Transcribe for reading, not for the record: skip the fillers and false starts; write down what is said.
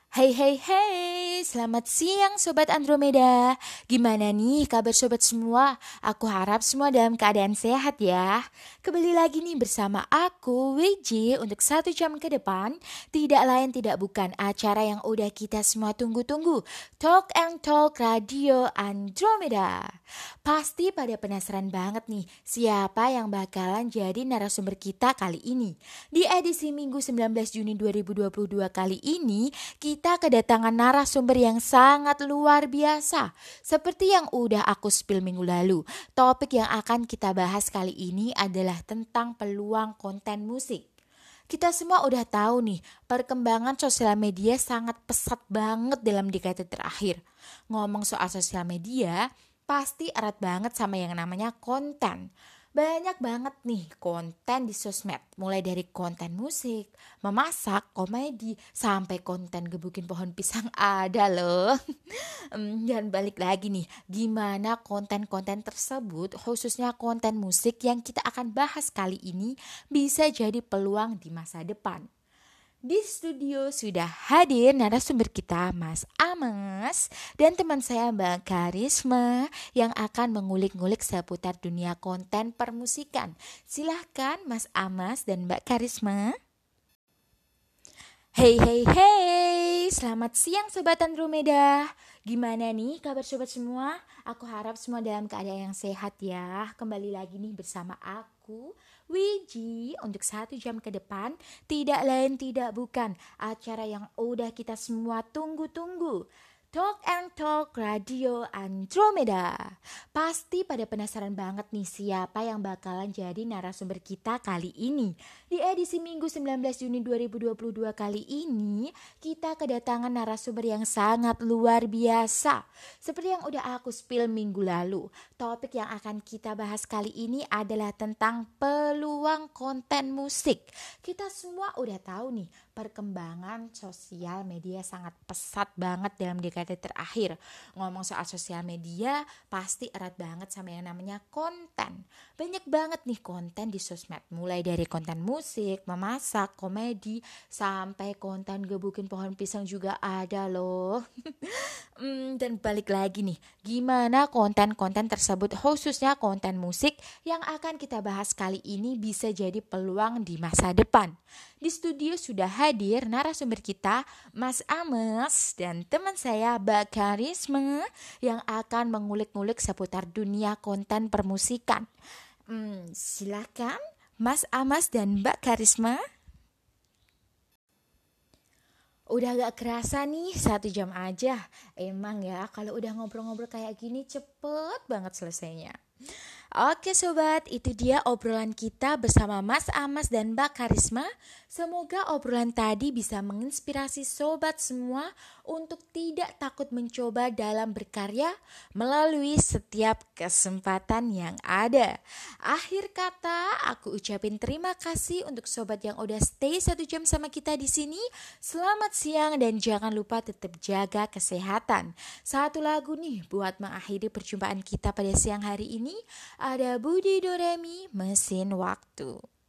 Hey hey hey, selamat siang Sobat Andromeda. Gimana nih kabar sobat semua? Aku harap semua dalam keadaan sehat ya. Kembali lagi nih bersama aku, WJ, untuk 1 jam ke depan. Tidak lain tidak bukan acara yang udah kita semua tunggu-tunggu. Talk and Talk Radio Andromeda. Pasti pada penasaran banget nih, siapa yang bakalan jadi narasumber kita kali ini. Di edisi Minggu 19 Juni 2022 kali ini, kita kedatangan narasumber yang sangat luar biasa. Seperti yang udah aku spill minggu lalu, topik yang akan kita bahas kali ini adalah tentang peluang konten musik. Kita semua udah tahu nih, perkembangan sosial media sangat pesat banget dalam dekade terakhir. Ngomong soal sosial media, pasti erat banget sama yang namanya konten. Banyak banget nih konten di sosmed, mulai dari konten musik, memasak, komedi, sampai konten gebukin pohon pisang ada loh. Dan balik lagi nih, gimana konten-konten tersebut, khususnya konten musik yang kita akan bahas kali ini, bisa jadi peluang di masa depan. Di studio sudah hadir narasumber kita Mas Amas dan teman saya Mbak Karisma yang akan mengulik-ngulik seputar dunia konten permusikan. Silahkan Mas Amas dan Mbak Karisma. Hey hey hey, selamat siang Sobat Andromeda. Gimana nih kabar sobat semua? Aku harap semua dalam keadaan yang sehat ya. Kembali lagi nih bersama aku, Wiji, untuk 1 jam ke depan. Tidak lain tidak bukan acara yang udah kita semua tunggu-tunggu. Talk and Talk Radio Andromeda. Pasti pada penasaran banget nih siapa yang bakalan jadi narasumber kita kali ini. Di edisi Minggu 19 Juni 2022 kali ini, kita kedatangan narasumber yang sangat luar biasa. Seperti yang udah aku spill minggu lalu, topik yang akan kita bahas kali ini adalah tentang peluang konten musik. Kita semua udah tahu nih, perkembangan sosial media sangat pesat banget dalam dekade terakhir. Ngomong soal sosial media, pasti erat banget sama yang namanya konten. Banyak banget nih konten di sosmed, mulai dari konten musik, memasak, komedi, sampai konten gebukin pohon pisang juga ada loh. Dan balik lagi nih, gimana konten-konten tersebut, khususnya konten musik yang akan kita bahas kali ini bisa jadi peluang di masa depan. Di studio sudah hadir narasumber kita, Mas Amas dan teman saya, Mbak Karisma, yang akan mengulik-ngulik seputar dunia konten permusikan. Silakan Mas Amas dan Mbak Karisma. Udah gak kerasa nih 1 jam aja. Emang ya kalau udah ngobrol-ngobrol kayak gini cepet banget selesainya. Oke sobat, itu dia obrolan kita bersama Mas Amas dan Mbak Karisma. Semoga obrolan tadi bisa menginspirasi sobat semua untuk tidak takut mencoba dalam berkarya melalui setiap kesempatan yang ada. Akhir kata, aku ucapin terima kasih untuk sobat yang udah stay 1 jam sama kita di sini. Selamat siang dan jangan lupa tetap jaga kesehatan. Satu lagu nih buat mengakhiri perjumpaan kita pada siang hari ini. Ada Budi Doremi, Mesin Waktu.